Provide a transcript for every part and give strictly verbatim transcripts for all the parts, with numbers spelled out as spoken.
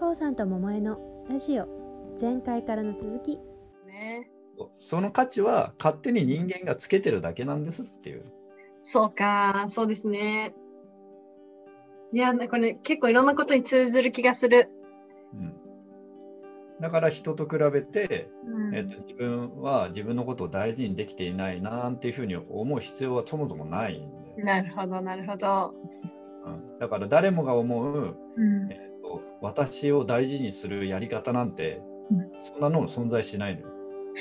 こうさんと桃江のラジオ、前回からの続き、 ね、 その価値は勝手に人間がつけてるだけなんですっていう。 そうか、そうですね。いや、これ結構いろんなことに通ずる気がする。 うん、だから人と比べて、 うんえっと、自分は自分のことを大事にできていないなっていうふうに思う必要はそもそもないんで。 なるほど、なるほど。 うん、だから誰もが思う、 うんえっと、私を大事にするやり方なんて、 うん、 そんなの存在しないのよ。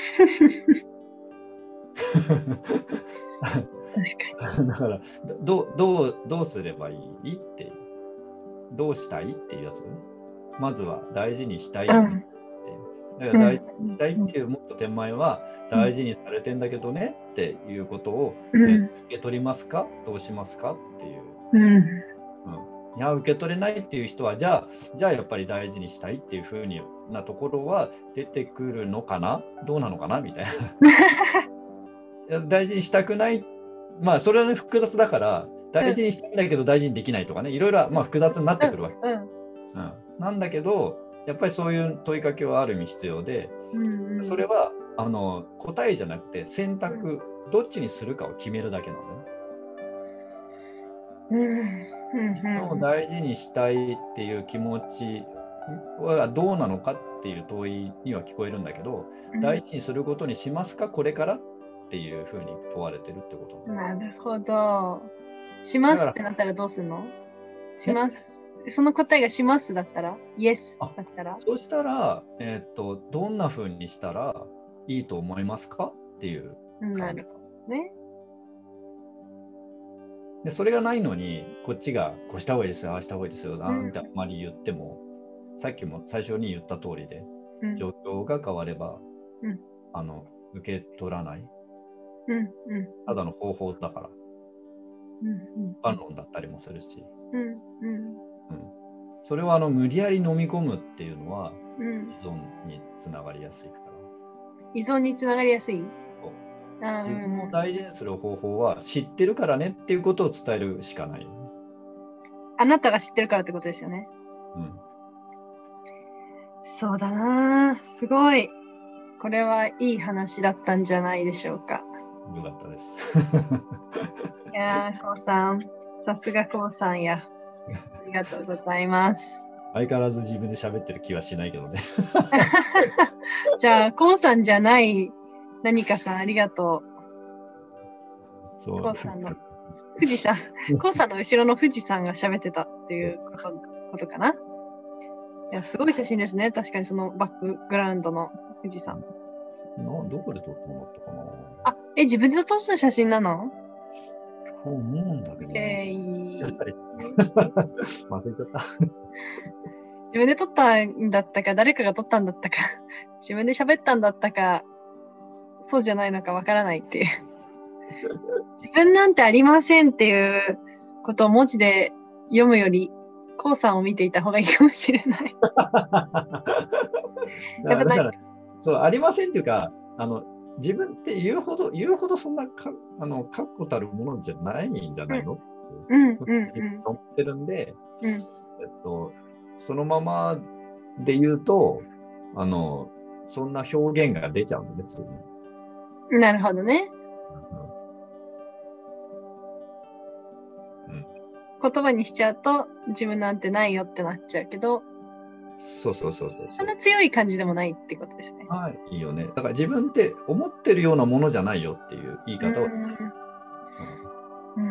確かに。 だからどう、どう、どうすればいいっていう、どうしたいっていうやつ、ね、まずは大事にしたいっていう。うんだから大事にしたいっていうもっと手前は大事にされてんだけどねっていうことを、 うんえ受け取りますかどうしますかっていう、 うんうん、いや受け取れないっていう人はじゃあじゃあやっぱり大事にしたいっていうふうになところは出てくるのかなどうなのかなみたいな大事にしたくないまあそれは、ね、複雑だから大事にしたいんだけど大事にできないとかねいろいろ、まあ、複雑になってくるわけ、 うんうん、なんだけどやっぱりそういう問いかけはある意味必要で、 うんうん、 それはあの答えじゃなくて選択、うん、どっちにするかを決めるだけなのね。 うんうんうん、 自分を大事にしたいっていう気持ちはどうなのかっていう問いには聞こえるんだけど、うん、大事にすることにしますかこれからっていうふうに問われてるってこと。 なるほど。しますってなったらどうするの？します。その答えがしますだったら、イエスだったら。 そうしたら、えー、とどんな風にしたらいいと思いますかっていう。 なるほどね。 でそれがないのに、こっちがこうした方がいいですよ、ああした方がいいですよ、なんてあんまり言っても、うん、さっきも最初に言った通りで、うん、状況が変われば、うん、あの受け取らない、 うんうん、 ただの方法だから、 うんうん、 反論だったりもするし。 うんうんうんうん、それはあの無理やり飲み込むっていうのは、 うん、 依存につながりやすいから。 依存につながりやすい？ 自分を大事にする方法は知ってるからねっていうことを伝えるしかないよね。 あなたが知ってるからってことですよね。 うん。 そうだな、すごい。これはいい話だったんじゃないでしょうか。 よかったです。 いやー、こうさん、さすがこうさんや。ありがとうございます。 相変わらず自分で喋ってる気はしないけどね。 じゃあ、こうさんじゃない何かさんありがとう。そう。こうさんの富士山、こうさんの後ろの富士山が喋ってたっていうこと、ことかな。いや、すごい写真ですね。確かにそのバックグラウンドの富士山。 などこで撮ったのだったかな。 あ、え、自分で撮った写真なの？ そう思うんだけど、ね。 えー、 忘れちゃった。 自分で撮ったんだったか、誰かが撮ったんだったか、自分で喋ったんだったか、そうじゃないのかわからないっていう。自分なんてありませんっていうことを文字で読むより、こうさんを見ていた方がいいかもしれない。 やっぱだから、そう、ありませんっていうか、あの、自分って言うほど、言うほどそんなか、あの、確固たるものじゃないんじゃないの、 うん、うん、うん。 思ってるんで、 うん、 えっと、そのままで言うと、あの、そんな表現が出ちゃうんですよね。 なるほどね。 うん、 言葉にしちゃうと、自分なんてないよってなっちゃうけど、 そうそうそうそう。 そんな強い感じでもないってことですね。 はい、いいよね。だから自分って思ってるようなものじゃないよっていう言い方を。うんうん、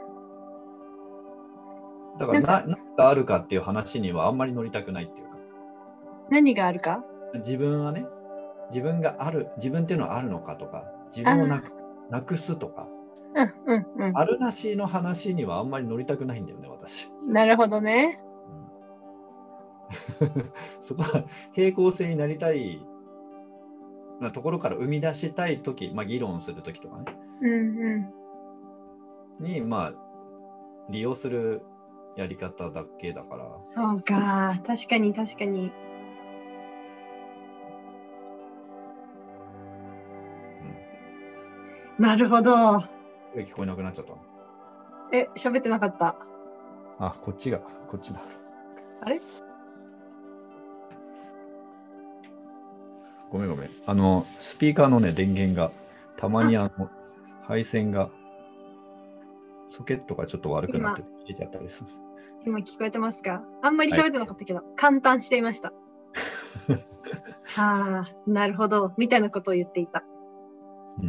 だからな何があるかっていう話にはあんまり乗りたくないっていうか。 何があるか？ 自分はね、自分がある、自分っていうのはあるのかとか、自分をな く, なくすとか、 うんうんうん、 あるなしの話にはあんまり乗りたくないんだよね、私。 なるほどね。 そこは平行線になりたいなところから生み出したいとき、まあ、議論するときとかね、 うんうん、に、まあ、利用するやり方だけだから。 そうか、確かに確かに。うん、なるほど。 聞こえなくなっちゃった。 え、喋ってなかった。 あ、こっちが、こっちだ。 あれごめんごめん。あの、スピーカーのね、電源が、たまにあの、配線が、ソケットがちょっと悪くなって切れちゃったりする。 今聞こえてますか？あんまり喋ってなかったけど、はい、簡単していました。ああ、なるほど。みたいなことを言っていた。 うん。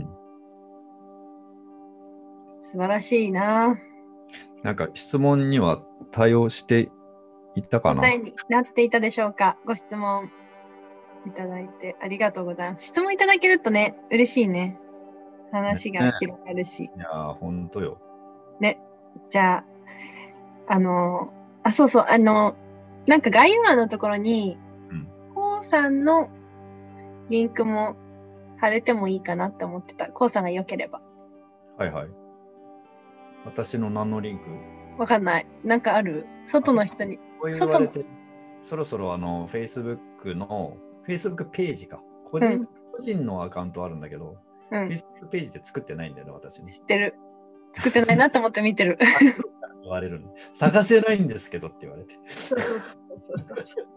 素晴らしいな。 なんか質問には対応していったかな？ 答えになっていたでしょうか？ご質問いただいてありがとうございます。質問いただけるとね、嬉しいね。話が広がるし。ね、 いやー、ほんとよ。 ね。じゃあ、あのー、あ、そうそう、あのー、なんか概要欄のところに、こうさんのリンクも貼れてもいいかなって思ってた。こうさんが良ければ。 はいはい。私の何のリンク？ わかんない。なんかある？外の人に。 こう言われて、そろそろあの、Facebook の、Facebook ページか。個人、うん、個人のアカウントあるんだけど、うん、Facebook ページで作ってないんだよね、私ね。 知ってる。作ってないなと思って見てる。 言われるの。探せないんですけどって言われて。 そうそうそうそう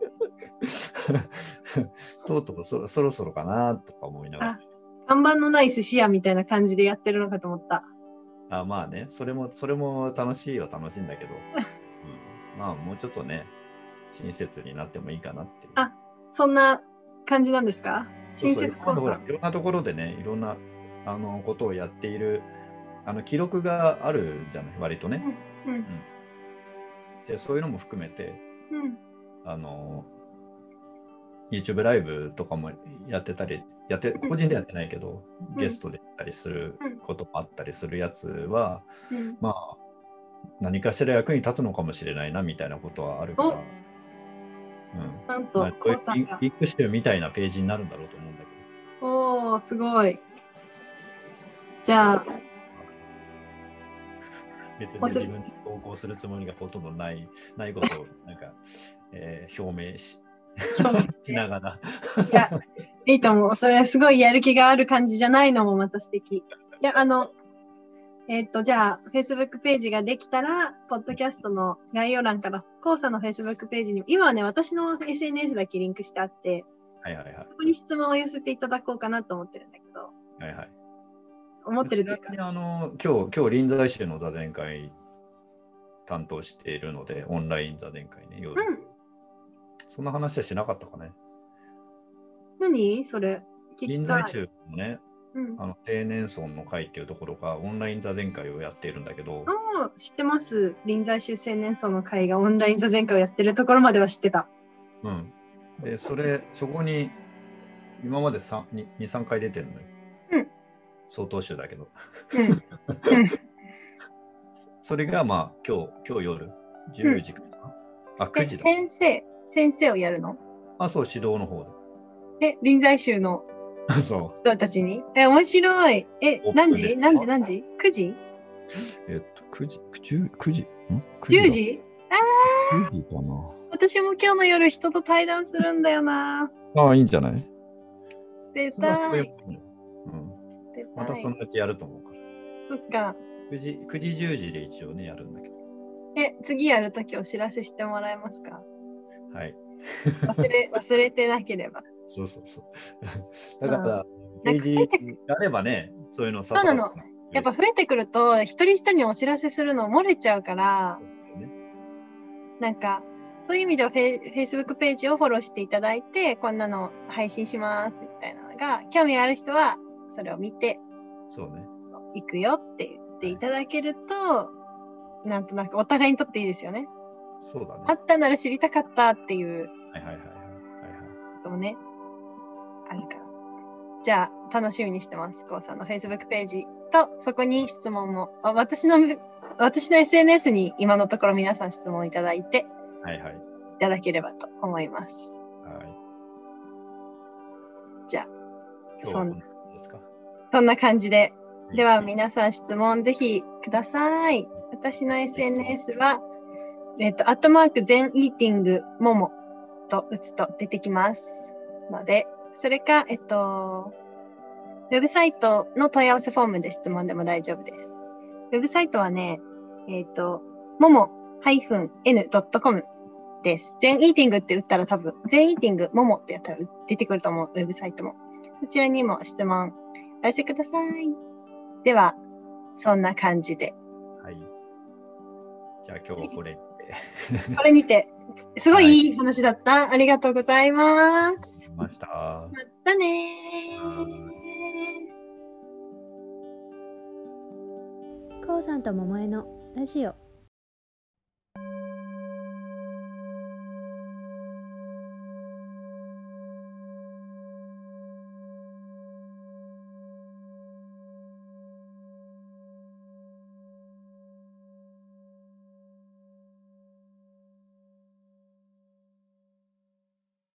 そう。とうとうそ、そろそろかなとか思いながら。 看板のない寿司屋みたいな感じでやってるのかと思った。 あ、まあね、それも、それも楽しいは楽しいんだけど、うん、まあもうちょっとね、親切になってもいいかなっていう。 あ、そんな感じなんですか？親切こうさん。いろんなところでね、いろんなあのことをやっている、あの記録があるじゃない、割とね。うんうん、でそういうのも含めて、うん、あの YouTube ライブとかもやってたり、やって個人でやってないけど、うん、ゲストでやったりすることもあったりするやつは、うん、まあ何かしら役に立つのかもしれないなみたいなことはあるから、うん、 なんと、まあ、 こういうリンク集みたいなページになるんだろうと思うんだけど。おー、すごい。じゃあ別に自分で投稿するつもりがほとんどない、ないことをなんか、えー、表明ししながら。 いや、いいと思う。それはすごいやる気がある感じじゃないのもまた素敵。いや、あの、えっと、じゃあ、Facebook ページができたら、ポッドキャストの概要欄から、コウさんの Facebook ページに、今はね、私の エスエヌエス だけリンクしてあって、 はいはいはい、 そこに質問を寄せていただこうかなと思ってるんだけど。 はいはい。 思ってるというか。 あの今日、今日臨済宗の座禅会担当しているので、オンライン座禅会ね、夜。うん、そんな話はしなかったかね。 何それ聞きたい。 臨済宗のね、うん、あの青年村の会っていうところがオンライン座禅会をやっているんだけど。 ああ、知ってます。臨済宗青年村の会がオンライン座禅会をやってるところまでは知ってた。 うん。で、それ、そこに今までに、さんかい出てるのよ。うん。曹洞宗だけど。うん。それがまあ今日、今日夜じゅうじかな、うん、あ、くじだ。 先生、先生をやるの？ あ、そう、指導の方で。え、臨済宗の人たちに？え、面白い。え、何時何時何時 ?く 時えっと、くじ、くじ、ん ? じゅうじ？ああ。くじかな。 私も今日の夜人と対談するんだよな。 ああ、いいんじゃない？ 出たい。 うん、またそのうちやると思うから。 そっか。 くじ、くじじゅうじで一応ね、やるんだけど。 え、次やるときお知らせしてもらえますか？ はい。 忘れ、忘れてなければ。 そうそうそう。だから、ページがあればね、そういうのさそうなの。やっぱ増えてくると、一人一人にお知らせするの漏れちゃうから、ね、なんか、そういう意味ではフェイ、Facebook ページをフォローしていただいて、こんなの配信しますみたいなのが、興味ある人はそれを見て、 そうね。 行くよって言っていただけると、なんとなくお互いにとっていいですよね。 そうだね。 あったなら知りたかったっていう。 はいはいはいはい。 こともね、あるから。じゃあ、楽しみにしてます。こうさんの Facebook ページと、そこに質問も、私の、私の エスエヌエス に今のところ皆さん質問いただいて、 はいはい。 いただければと思います。 はい。 じゃあ、 今日はどんな感じですか？ そんな感じで。では皆さん質問ぜひください。私の エスエヌエス は、えっと、アットマーク全イーティングももと打つと出てきますので、それか、えっと、ウェブサイトの問い合わせフォームで質問でも大丈夫です。ウェブサイトはね、えっと、もも -エヌ ドット コムです。全イーティングって打ったら多分、全イーティング、ももってやったら出てくると思う、ウェブサイトも。そちらにも質問お寄せください。では、そんな感じで。 はい。じゃあ今日はこれにて。 これにて、すごいいい話だった。はい、ありがとうございます。 ました。またねー。 こうさんとももえのラジオ。